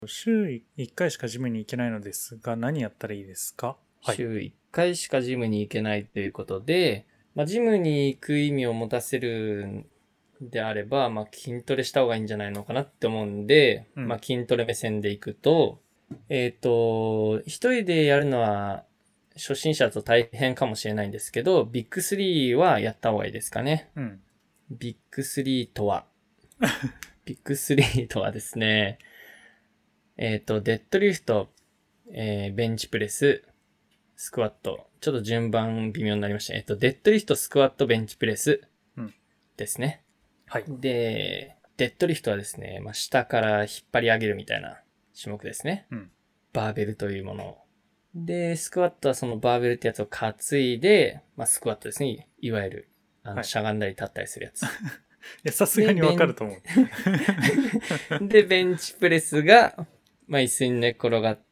週1回しかジムに行けないのですが、何やったらいいですか？はい。 週1回しかジムに行けないということで、ジムに行く意味を持たせるんであれば、筋トレした方がいいんじゃないのかなって思うんで、 うん。 筋トレ目線で行くと、一人でやるのは初心者だと大変かもしれないんですけど、ビッグ3はやった方がいいですかね。 うん。 ビッグ3とは、ビッグ3とはですね、デッドリフト、ベンチプレス、スクワット。ちょっと順番微妙になりました。デッドリフト、スクワット、ベンチプレスうん。 ですね。 はい。 で、デッドリフトはですね、下から引っ張り上げるみたいな種目ですね。 うん。 バーベルというものを。で、スクワットはそのバーベルってやつを担いで、スクワットですね。いわゆる、 はい。 しゃがんだり立ったりするやつ。 いや、さすがで、 にわかると思う。 で、ベンチプレスが、椅子に寝っ転がって、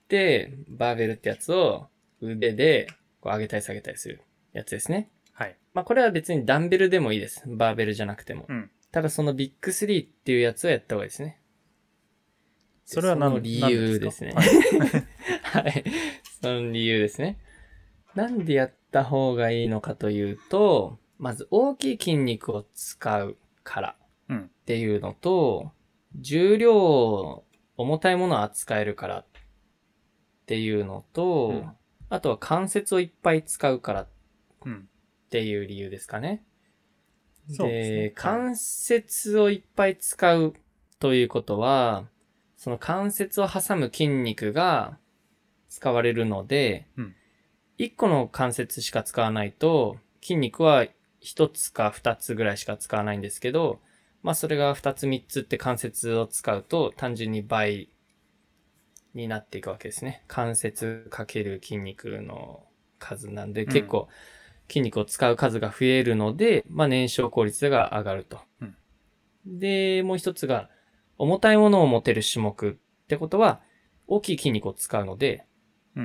バーベルってやつを腕でこう上げたり下げたりするやつですね。 はい。 これは別にダンベルでもいいです。バーベルじゃなくても。 うん。 ただそのビッグ3っていうやつをやった方がいいですね。で、 それはその理なんでですか？ 由ですね。 はい。 はい。その理由ですね。なんでやった方がいいのかというと、まず大きい筋肉を使うからうん。 っていうのと、重量、重たいものを扱えるからっていうのと、 うん。 あとは関節をいっぱい使うからっうん。 ていう理由ですかね。 そうですね。 で、 はい。 関節をいっぱい使うということは、その関節を挟む筋肉が使われるので、 うん。 1個の関節しか使わないと、筋肉は1つか2つぐらいしか使わないんですけど、それが2つ3つって関節を使うと単純に倍になっていくわけですね。関節かける筋肉の数なんで、 うん。 結構筋肉を使う数が増えるので、燃焼効率が上がると。 うん。 で、もう一つが、重たいものを持てる種目ってことは、大きい筋肉を使うので、 うん。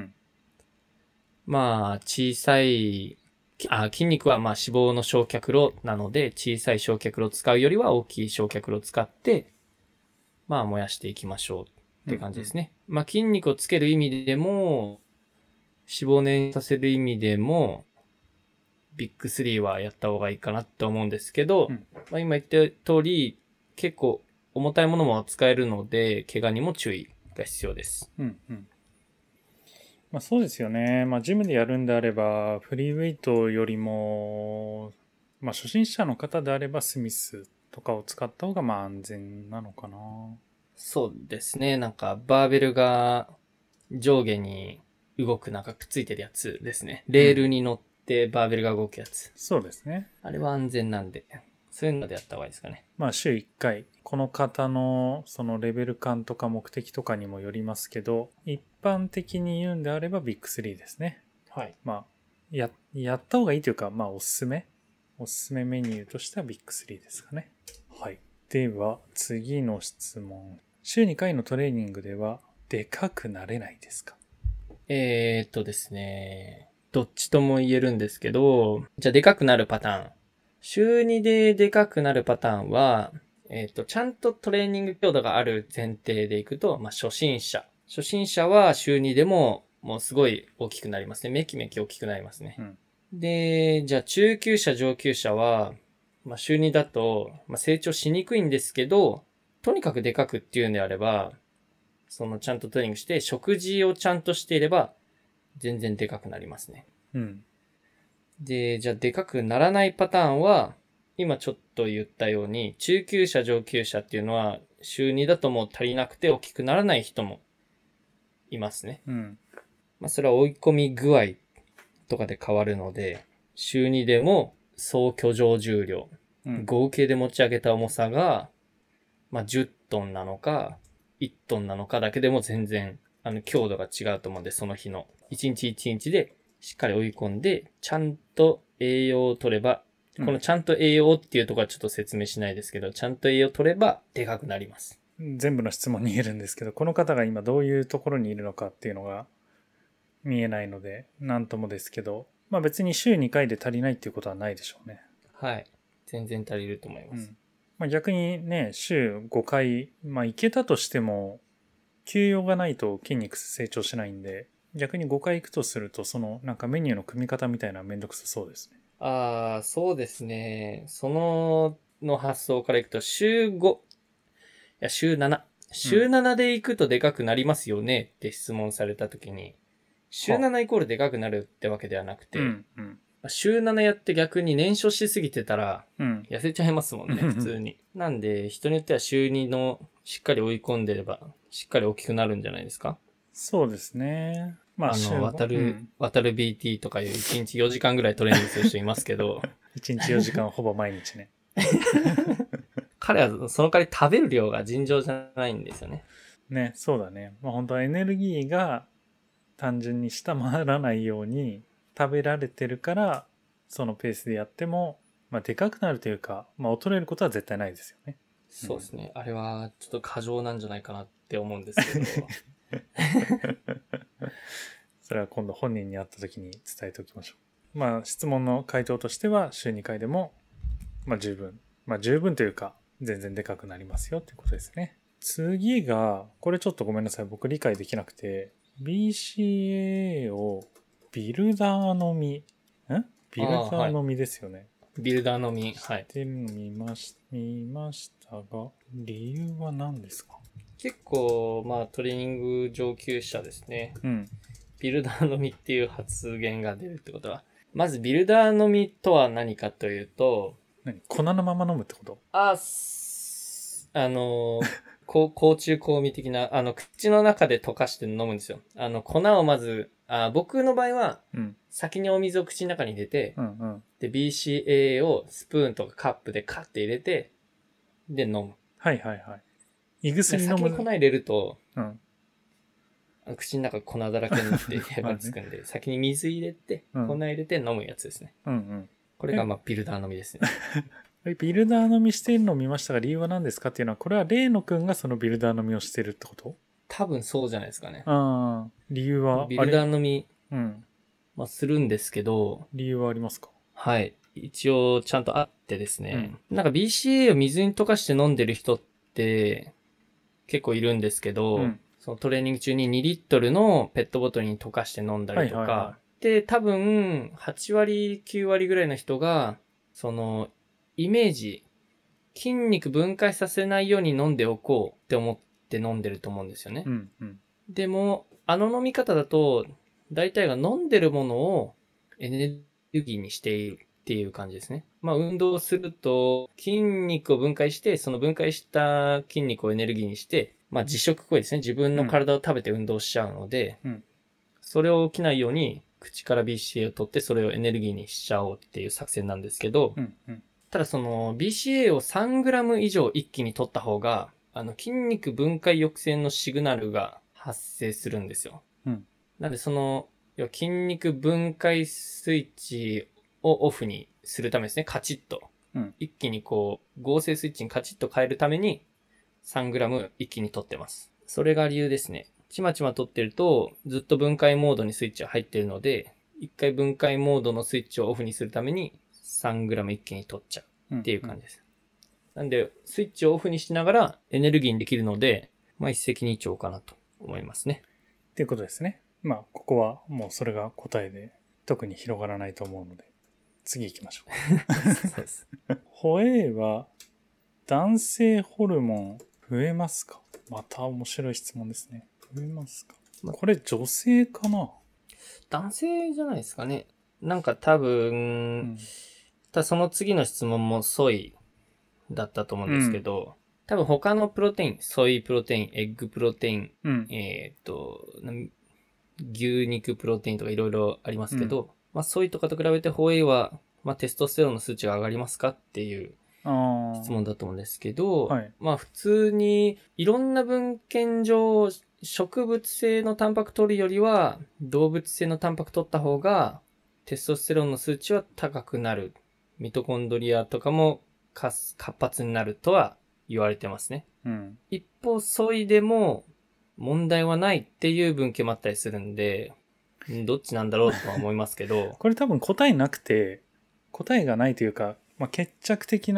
小さい、筋肉は脂肪の焼却炉なので、小さい焼却炉を使うよりは大きい焼却炉を使って、燃やしていきましょうってうん。うん。 感じですね。筋肉をつける意味でも、脂肪燃させる意味でも、ビッグ3はやった方がいいかなって思うんですけど、 うん。 今言った通り、結構重たいものも扱えるので、怪我にも注意が必要です。 うん。うん。そうですよね。ジムでやるんであれば、フリーウェイトよりも、初心者の方であれば、スミスとかを使った方が、安全なのかな。 そうですね。バーベルが上下に動くくっついてるやつですね。レーうん。 ルに乗ってバーベルが動くやつ。 そうですね。 あれは安全なんで、そういうのでやった方がいいですかね。 週1回、この方のそのレベル感とか目的とかにもよりますけど、一般的に言うんであればビッグ3ですね。 はい。 やった方がいいというか、おすすめメニューとしてはビッグ3ですかね。はい。では、次の質問。週2回のトレーニングでは、でかくなれないですか？ ですね。どっちとも言えるんですけど、じゃあでかくなるパターン。週2ででかくなるパターンは、ちゃんとトレーニング強度がある前提でいくと、初心者。初心者は週2でも、もうすごい大きくなりますね。めきめき大きくなりますね。 うん。 で、じゃあ中級者、上級者は、週2だと、成長しにくいんですけど、とにかくでかくっていうんであれば、そのちゃんとトレーニングして、食事をちゃんとしていれば、全然でかくなりますね。 うん。 で、じゃあでかくならないパターンは、今ちょっと言ったように、中級者、上級者っていうのは、週2だともう足りなくて大きくならない人もいますね。 うん。 それは追い込み具合とかで変わるので、週2でも総居上重量、 うん。 合計で持ち上げた重さが、10トンなのか、1トンなのかだけでも全然、強度が違うと思うんで、その日の。1日1日でしっかり追い込んで、ちゃんと栄養を取れば、 うん。 このちゃんと栄養っていうところはちょっと説明しないですけど、ちゃんと栄養を取ればでかくなります。 全部の質問に言えるんですけど、この方が今どういうところにいるのかっていうのが見えないので、なんともですけど、別に週2回で足りないっていうことはないでしょうね。 はい。全然足りると思います。 うん。逆にね、週5回、行けたとしても、 休養がないと筋肉成長しないんで、逆に5回行くとすると、そのなんかメニューの組み方みたいなのめんどくさそうですね。 ああ、そうですね。の発想からいくと、週5、いや、週7。週7で行くとでかくなりますよねって質問されたときに、週7イコールでかくなるってわけではなくて、週7やって逆に燃焼しすぎてたら、痩せちゃいますもんね、普通に。なんで、人によっては週2のしっかり追い込んでれば、しっかり大きくなるんじゃないですか？ そうですね。まあ、 渡る BT とかいう1日4時間ぐらいトレーニングする人いますけど。 1日4時間ほぼ毎日ね。 彼はその代わり食べる量が尋常じゃないんですよね。 ね、そうだね。まあ本当はエネルギーが単純に下回らないように食べられてるから、そのペースでやっても、まあでかくなるというか、まあ衰えることは絶対ないですよね。 そうですね。あれはちょっと過剰なんじゃないかなって思うんですけど。 それは今度本人に会った時に伝えておきましょう。まあ質問の回答としては週2回でも、まあ十分。まあ十分というか、全然でかくなりますよっていうことですね。次が、これちょっとごめんなさい。僕理解できなくて、BCA をビルダーのみ、ビルダーのみですよね。はい、 ビルダーのみ、はい。 で見ましたが、理由は何ですか？ 結構、まあトレーニング上級者ですね。ビルダーのみっていう発言が出るってことは、まずビルダーのみとは何かというと、 粉のまま飲むってこと？ 甲虫香味的な、口の中で溶かして飲むんですよ。粉をまず、僕の場合は、先にお水を口の中に入れて、で、BCAA をスプーンとかカップでカッて入れて、で、飲む。 はいはいはい。胃薬飲む。 先に粉入れると、口の中粉だらけになってへばつくんで、先に水入れて、粉入れて飲むやつですね。これがまあビルダー飲みですね。 ビルダー飲みしているのを見ましたが、理由は何ですかっていうのは、これはレイノくんがそのビルダー飲みをしてるってこと？ 多分そうじゃないですかね。 理由はビルダー飲み、まあするんですけど、 理由はありますか？ はい。一応ちゃんとあってですね。なんか BCA を水に溶かして飲んでる人って結構いるんですけど、そのトレーニング中に2リットルのペットボトルに溶かして飲んだりとか、で、多分8割、9割ぐらいの人が、そのイメージ、筋肉分解させないように飲んでおこうって思って飲んでると思うんですよね。でも、飲み方だと、大体が飲んでるものをエネルギーにしているっていう感じですね。まあ、運動すると、筋肉を分解して、その分解した筋肉をエネルギーにして、まあ、自食行為ですね。自分の体を食べて運動しちゃうので、それを起きないように、口から BCA を取って、それをエネルギーにしちゃおうっていう作戦なんですけど、ただその BCA を 3g 以上一気に取った方が、筋肉分解抑制のシグナルが発生するんですよ。なんで筋肉分解スイッチをオフにするためですね、カチッと。一気に合成スイッチにカチッと変えるために 3g 一気に取ってます。それが理由ですね。ちまちま取ってるとずっと分解モードにスイッチが入ってるので、一回分解モードのスイッチをオフにするために 3g 一気に取っちゃうっていう感じです。なんで、スイッチをオフにしながらエネルギーにできるので、まあ一石二鳥かなと思いますね。 っていうことですね。まあ、ここはもうそれが答えで特に広がらないと思うので、次行きましょう。そうです。ホエイは男性ホルモン増えますか？また面白い質問ですね。増えますか？これ女性かな？ 男性じゃないですかね。なんか多分、その次の質問もソイだったと思うんですけど、多分他のプロテイン、ソイプロテイン、エッグプロテイン、牛肉プロテインとかいろいろありますけど、まあソイとかと比べてホエイは、まあテストステロンの数値が上がりますかっていう質問だと思うんですけど、まあ普通にいろんな文献上、植物性のタンパク取るよりは動物性のタンパク取った方がテストステロンの数値は高くなる。ミトコンドリアとかも活発になるとは言われてますね。一方、ソイでも問題はないっていう文献もあったりするんで、どっちなんだろうとは思いますけど。 これ多分答えなくて、答えがないというか、まあ、決着的な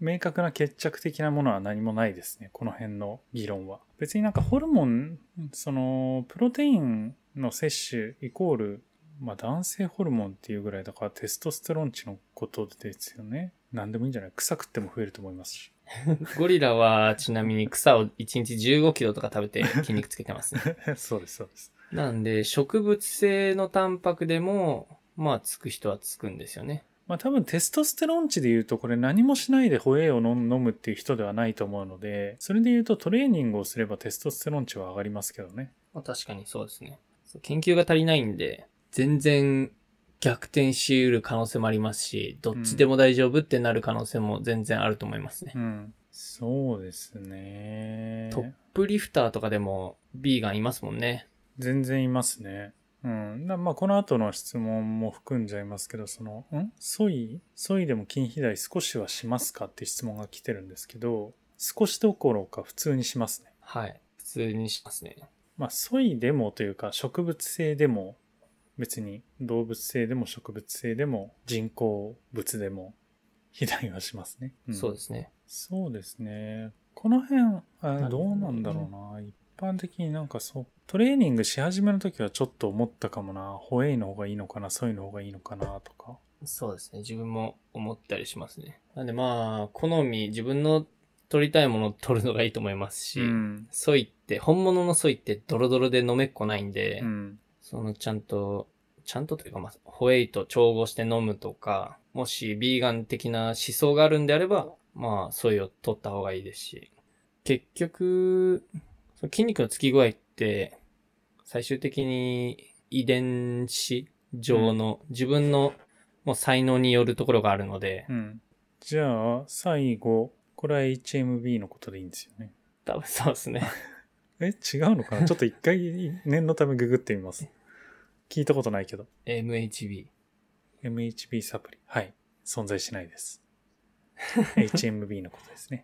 明確な決着的なものは何もないですね。この辺の議論は。別になんかホルモン、プロテインの摂取イコール、まあ男性ホルモンっていうぐらいだからテストステロン値のことですよね。何でもいいんじゃない？草食っても増えると思いますし。 ゴリラはちなみに草を1日15キロとか食べて筋肉つけてますね。 そうです、そうです。 なんで植物性のタンパクでも、まあつく人はつくんですよね。 まあ多分テストステロン値で言うとこれ何もしないでホエイを飲むっていう人ではないと思うので、それで言うとトレーニングをすればテストステロン値は上がりますけどね。 まあ確かにそうですね。研究が足りないんで、全然逆転し得る可能性もありますし、どっちでも大丈夫ってなる可能性も全然あると思いますね。 うん。そうですね。 トップリフターとかでもビーガンいますもんね。 全然いますね。うん。まあ、この後の質問も含んじゃいますけど、ソイでも筋肥大少しはしますかって質問が来てるんですけど、少しどころか普通にしますね。 はい。普通にしますね。 まあ、ソイでもというか植物性でも、別に動物性でも植物性でも人工物でも肥大はしますね。うん、 そうですね。 そうですね。この辺、どうなんだろうな。一般的になんかトレーニングし始めの時はちょっと思ったかもな。ホエイの方がいいのかな、ソイの方がいいのかなとか。 そうですね。自分も思ったりしますね。なんでまあ、自分の取りたいものを取るのがいいと思いますし、ソイって、本物のソイってドロドロで飲めっこないんで、ちゃんとというかまあ、ホエイと調合して飲むとか、もしビーガン的な思想があるんであれば、まあ、ソイを取った方がいいですし、結局、筋肉のつき具合って、最終的に遺伝子上の自分のもう才能によるところがあるので、 じゃあ、最後、これは HMB のことでいいんですよね。 多分そうですね。 違うのかな？ちょっと一回念のためググってみます。聞いたことないけど。 MHB サプリ。はい。存在しないです。HMB のことですね。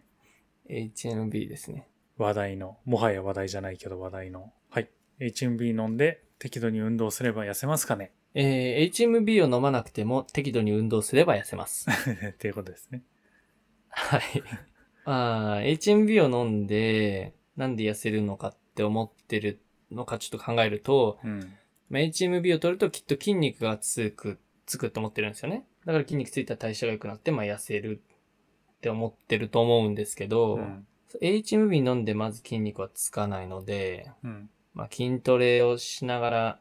HMB ですね。 話題の、もはや話題じゃないけど話題の。はい。HMB 飲んで適度に運動すれば痩せますかね？ HMB を飲まなくても適度に運動すれば痩せます。 っていうことですね。 はい。HMB を飲んで、なんで痩せるのかって思ってるのかちょっと考えると、HMB を取るときっと筋肉がつくって思ってるんですよね。だから筋肉ついたら代謝が良くなって、まあ痩せるって思ってると思うんですけど、HMB 飲んでまず筋肉はつかないので、まあ筋トレをしながら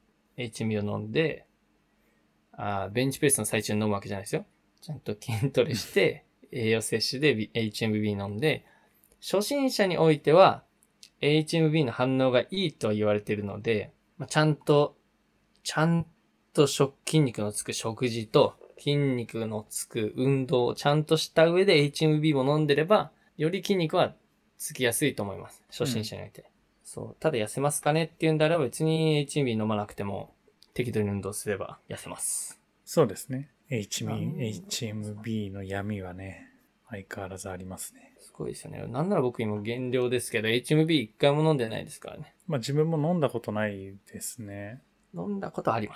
HMB を飲んで、ベンチプレスの最中に飲むわけじゃないですよ。ちゃんと筋トレして、栄養摂取で HMB 飲んで、初心者においては HMB の反応がいいとは言われているので、まあ、ちゃんと筋肉のつく食事と筋肉のつく運動をちゃんとした上で HMB も飲んでれば、より筋肉はつきやすいと思います。初心者において。ただ痩せますかねっていうんであれば別に HMB 飲まなくても適度に運動すれば痩せます。 そうですね。HMB の闇はね、相変わらずありますね。 すごいですよね。なんなら僕今減量ですけど、HMB 一回も飲んでないですからね。 まあ自分も飲んだことないですね。 飲んだことあります。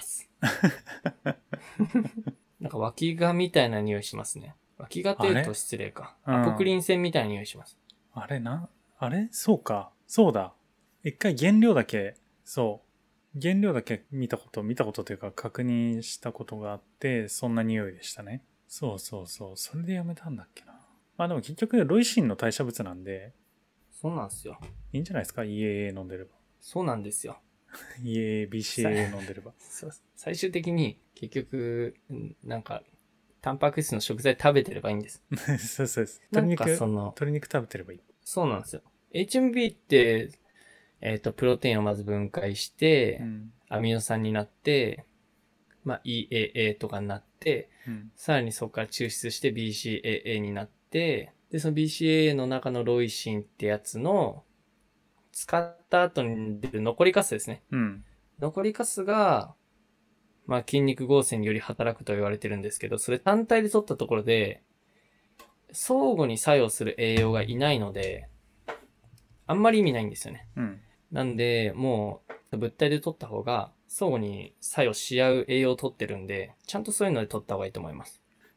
なんか脇がみたいな匂いしますね。脇がって言うと失礼か。アポクリン腺みたいな匂いします。 あれそうか。そうだ。一回原料だけ見たことというか確認したことがあって、そんな匂いでしたね。そう。それでやめたんだっけな。まあでも結局ロイシンの代謝物なんで。 そうなんですよ。 いいんじゃないですか？ EAA 飲んでれば。 そうなんですよ。 EAA、BCAA 飲んでれば。 最終的に結局、なんか、タンパク質の食材食べてればいいんです。 そうです。鶏肉食べてればいい。 そうなんですよ。HMB って、プロテインをまず分解して、アミノ酸になって、まあ、EAA とかになって、さらにそこから抽出して BCAA になって、で、その BCAA の中のロイシンってやつの、使った後に出る残りカスですね。残りカスが、まあ、筋肉合成により働くと言われてるんですけど、それ単体で取ったところで、相互に作用する栄養がいないので、あんまり意味ないんですよね。なんで、もう、物体で取った方が、相互に作用し合う栄養を取ってるんで、ちゃんとそういうので取った方がいいと思います。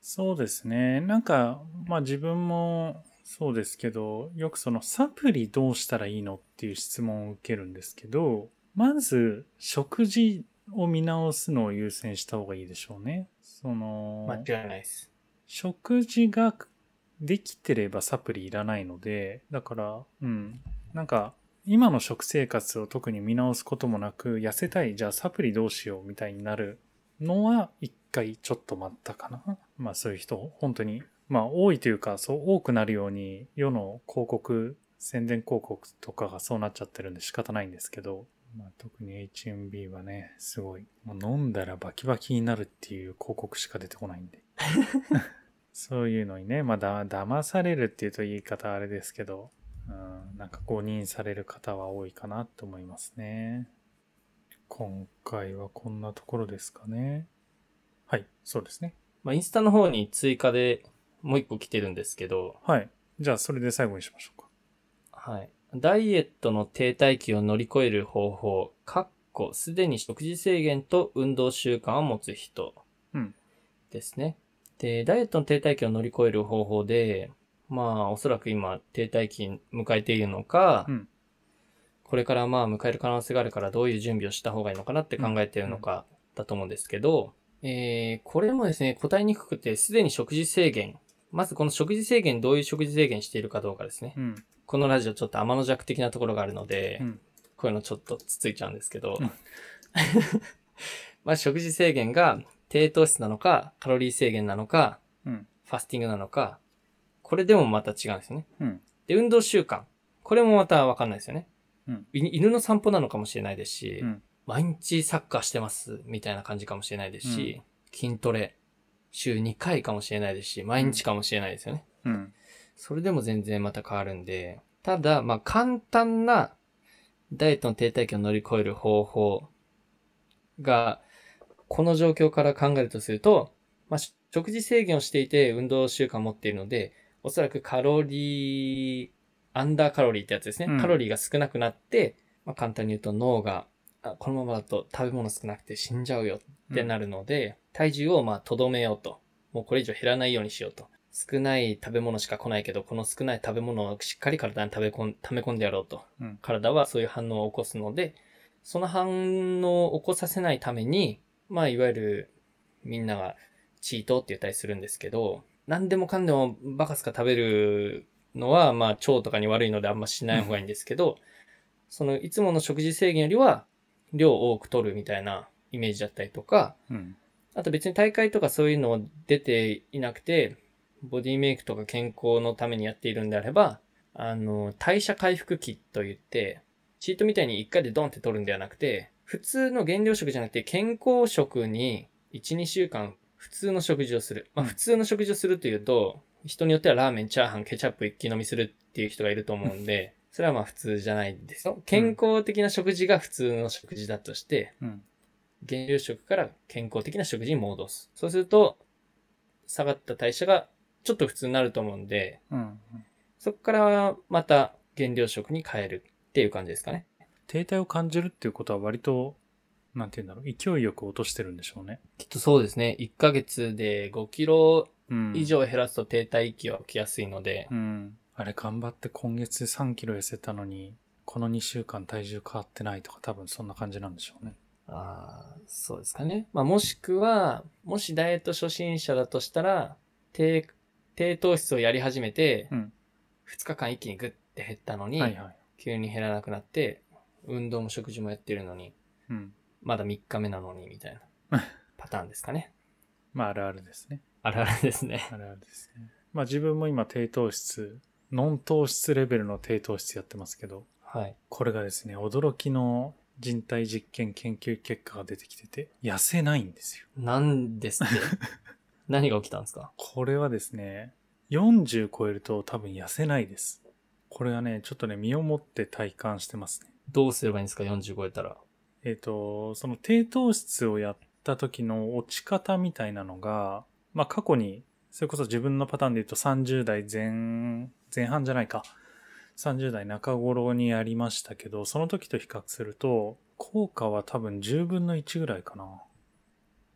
そうですね。なんか、まあ自分もそうですけど、よくそのサプリどうしたらいいのっていう質問を受けるんですけど、まず食事を見直すのを優先した方がいいでしょうね。 間違いないです。 食事ができてればサプリいらないので、だから、なんか、今の食生活を特に見直すこともなく、痩せたい、じゃあサプリどうしようみたいになるのは、一回ちょっと待ったかな。まあそういう人、本当に、まあ多いというか、そう多くなるように、世の広告、宣伝広告とかがそうなっちゃってるんで仕方ないんですけど、まあ特に HMB はね、すごい、もう飲んだらバキバキになるっていう広告しか出てこないんで。そういうのにね、まあ騙されるっていうと言い方あれですけど、なんか誤認される方は多いかなと思いますね。今回はこんなところですかね。はい、そうですね。 まあ、インスタの方に追加でもう一個来てるんですけど、 はい。じゃあそれで最後にしましょうか。 はい。ダイエットの停滞期を乗り越える方法、すでに食事制限と運動習慣を持つ人うん。 ですね。で、ダイエットの停滞期を乗り越える方法で、まあ、おそらく今、停滞期に迎えているのか、 うん。 これからまあ、迎える可能性があるからどういう準備をした方がいいのかなって考えているのか、だと思うんですけど、これもですね、答えにくくて、すでに食事制限。まずこの食事制限、どういう食事制限しているかどうかですね。 うん。 このラジオちょっと天の弱的なところがあるので、 うん。 こういうのちょっとつついちゃうんですけど、 うんまあ食事制限が低糖質なのか、カロリー制限なのか、 うん。 ファスティングなのか、これでもまた違うんですよね。 うん。 で、運動習慣。これもまたわかんないですよね。 うん。 犬の散歩なのかもしれないですし、 うん。 毎日サッカーしてますみたいな感じかもしれないですし、筋トレ、週2回かもしれないですし、毎日かもしれないですよね。 うん。 それでも全然また変わるんで、ただ、まあ簡単なダイエットの停滞期を乗り越える方法が、この状況から考えるとすると、まあ、食事制限をしていて運動習慣を持っているので、おそらくアンダーカロリーってやつですね。 うんカロリーが少なくなって、まあ、簡単に言うと脳が、このままだと食べ物少なくて死んじゃうよってなるので、体重をまあ留めようと。もうこれ以上減らないようにしようと。少ない食べ物しか来ないけど、この少ない食べ物をしっかり体に溜め込んでやろうと。 うん。 体はそういう反応を起こすので、その反応を起こさせないために、まあ、いわゆる、みんながチートって言ったりするんですけど、何でもかんでもバカスカ食べるのは、まあ、腸とかに悪いのであんましない方がいいんですけど、その、いつもの食事制限よりは、量を多く取るみたいなイメージだったりとか、 うん。 あと別に大会とかそういうの出ていなくて、ボディメイクとか健康のためにやっているんであれば、代謝回復期と言って、チートみたいに1回でドンって取るんではなくて、普通の減量食じゃなくて健康食に1、2週間普通の食事をする。まあ普通の食事をするというと、人によってはラーメン、チャーハン、ケチャップ一気飲みするっていう人がいると思うんで、それはまあ普通じゃないですよ。健康的な食事が普通の食事だとして、 うん。 減量食から健康的な食事に戻す。そうすると、下がった代謝がちょっと普通になると思うんで、 うん。 そこからまた減量食に変えるっていう感じですかね。 停滞を感じるっていうことは割と、なんて言うんだろう、勢いよく落としてるんでしょうね。 きっとそうですね。1ヶ月で5キロうん。 以上減らすと停滞期は起きやすいので、 あれ頑張って今月3キロ痩せたのに、この2週間体重変わってないとか多分そんな感じなんでしょうね。 そうですかね。まあ、もしくは、もしダイエット初心者だとしたら、低糖質をやり始めて、 うん。 2日間一気にグッて減ったのに、 はいはい。 急に減らなくなって、運動も食事もやってるのに、 うん。 まだ3日目なのに、みたいなパターンですかね。 まああるあるですね。 あるあるですね。 あるあるですね。まあ自分も今低糖質、ノン糖質レベルの低糖質やってますけど、 はい。 これがですね、驚きの人体実験研究結果が出てきてて、痩せないんですよ。 なんですって何が起きたんですか？ これはですね、40超えると多分痩せないです。これはね、ちょっとね、身をもって体感してますね。 どうすればいいんですか ?40 超えたら。 その低糖質をやった時の落ち方みたいなのが、まあ過去に、それこそ自分のパターンで言うと30代前半じゃないか。30代中頃にやりましたけど、その時と比較すると、効果は多分10分の1ぐらいかな。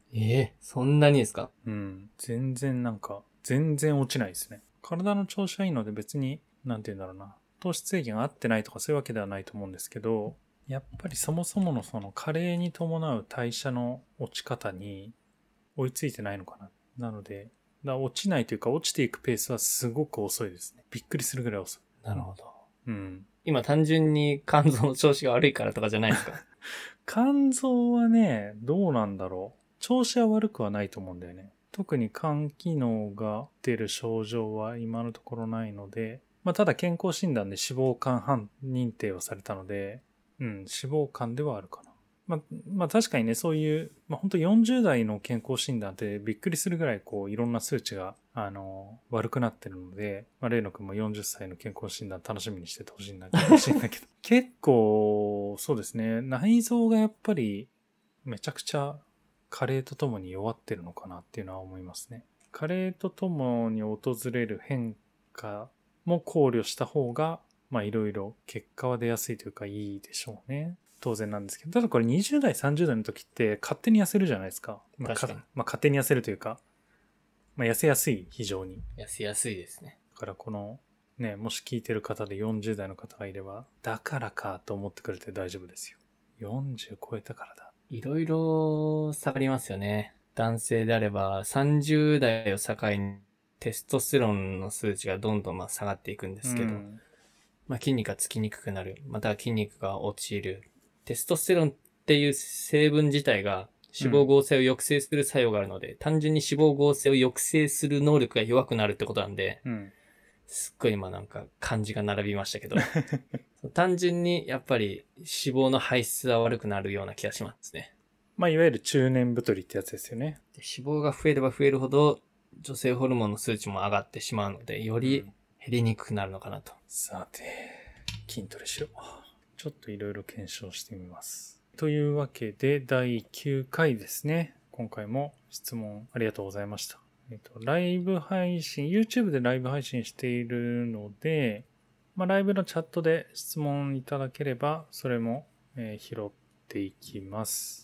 そんなにですか？ うん。全然全然落ちないですね。体の調子はいいので別に、なんて言うんだろうな。糖質制限が合ってないとかそういうわけではないと思うんですけど、やっぱりそもそものその加齢に伴う代謝の落ち方に追いついてないのかな。なので、落ちないというか落ちていくペースはすごく遅いですね。びっくりするぐらい遅い。 なるほど。 うん。 今単純に肝臓の調子が悪いからとかじゃないですか？ 肝臓はね、どうなんだろう。調子は悪くはないと思うんだよね。特に肝機能が出る症状は今のところないので、まあ、ただ健康診断で脂肪肝判認定をされたので、脂肪肝ではあるかな。まあ確かにね、そういう、まあ本当40代の健康診断ってびっくりするぐらいいろんな数値が、悪くなってるので、まあ、レイノ君も40歳の健康診断楽しみにしててほしいんだけど、結構、そうですね、内臓がやっぱりめちゃくちゃ加齢とともに弱ってるのかなっていうのは思いますね。加齢とともに訪れる変化も考慮した方が、まあいろいろ結果は出やすいというかいいでしょうね。当然なんですけど、ただこれ20代、30代の時って勝手に痩せるじゃないですか。 確かに。 まあ勝手に痩せるというか、まあ痩せやすい、非常に。 痩せやすいですね。 だからこの、ね、もし聞いてる方で40代の方がいれば、だからかと思ってくれて大丈夫ですよ。40超えたからだ。 いろいろ下がりますよね。男性であれば30代を境にテストステロンの数値がどんどん下がっていくんですけど、筋肉がつきにくくなる。または筋肉が落ちる。テストステロンっていう成分自体が脂肪合成を抑制する作用があるので、単純に脂肪合成を抑制する能力が弱くなるってことなんで、すっごい今漢字が並びましたけど、単純にやっぱり脂肪の排出は悪くなるような気がしますね。 まあいわゆる中年太りってやつですよね。 で脂肪が増えれば増えるほど女性ホルモンの数値も上がってしまうので、より減りにくくなるのかなと。 さて、筋トレしよう。ちょっといろいろ検証してみます。というわけで、第9回ですね。今回も質問ありがとうございました。ライブ配信、YouTube でライブ配信しているので、まあ、ライブのチャットで質問いただければ、それも、拾っていきます。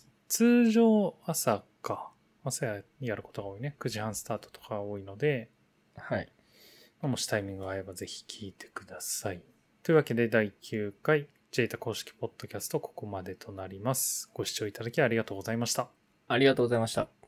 通常朝やることが多いね。9時半スタートとかが多いので、 はい。 もしタイミングが合えばぜひ聞いてください。というわけで第9回ジェイタ公式ポッドキャストここまでとなります。ご視聴いただきありがとうございました。 ありがとうございました。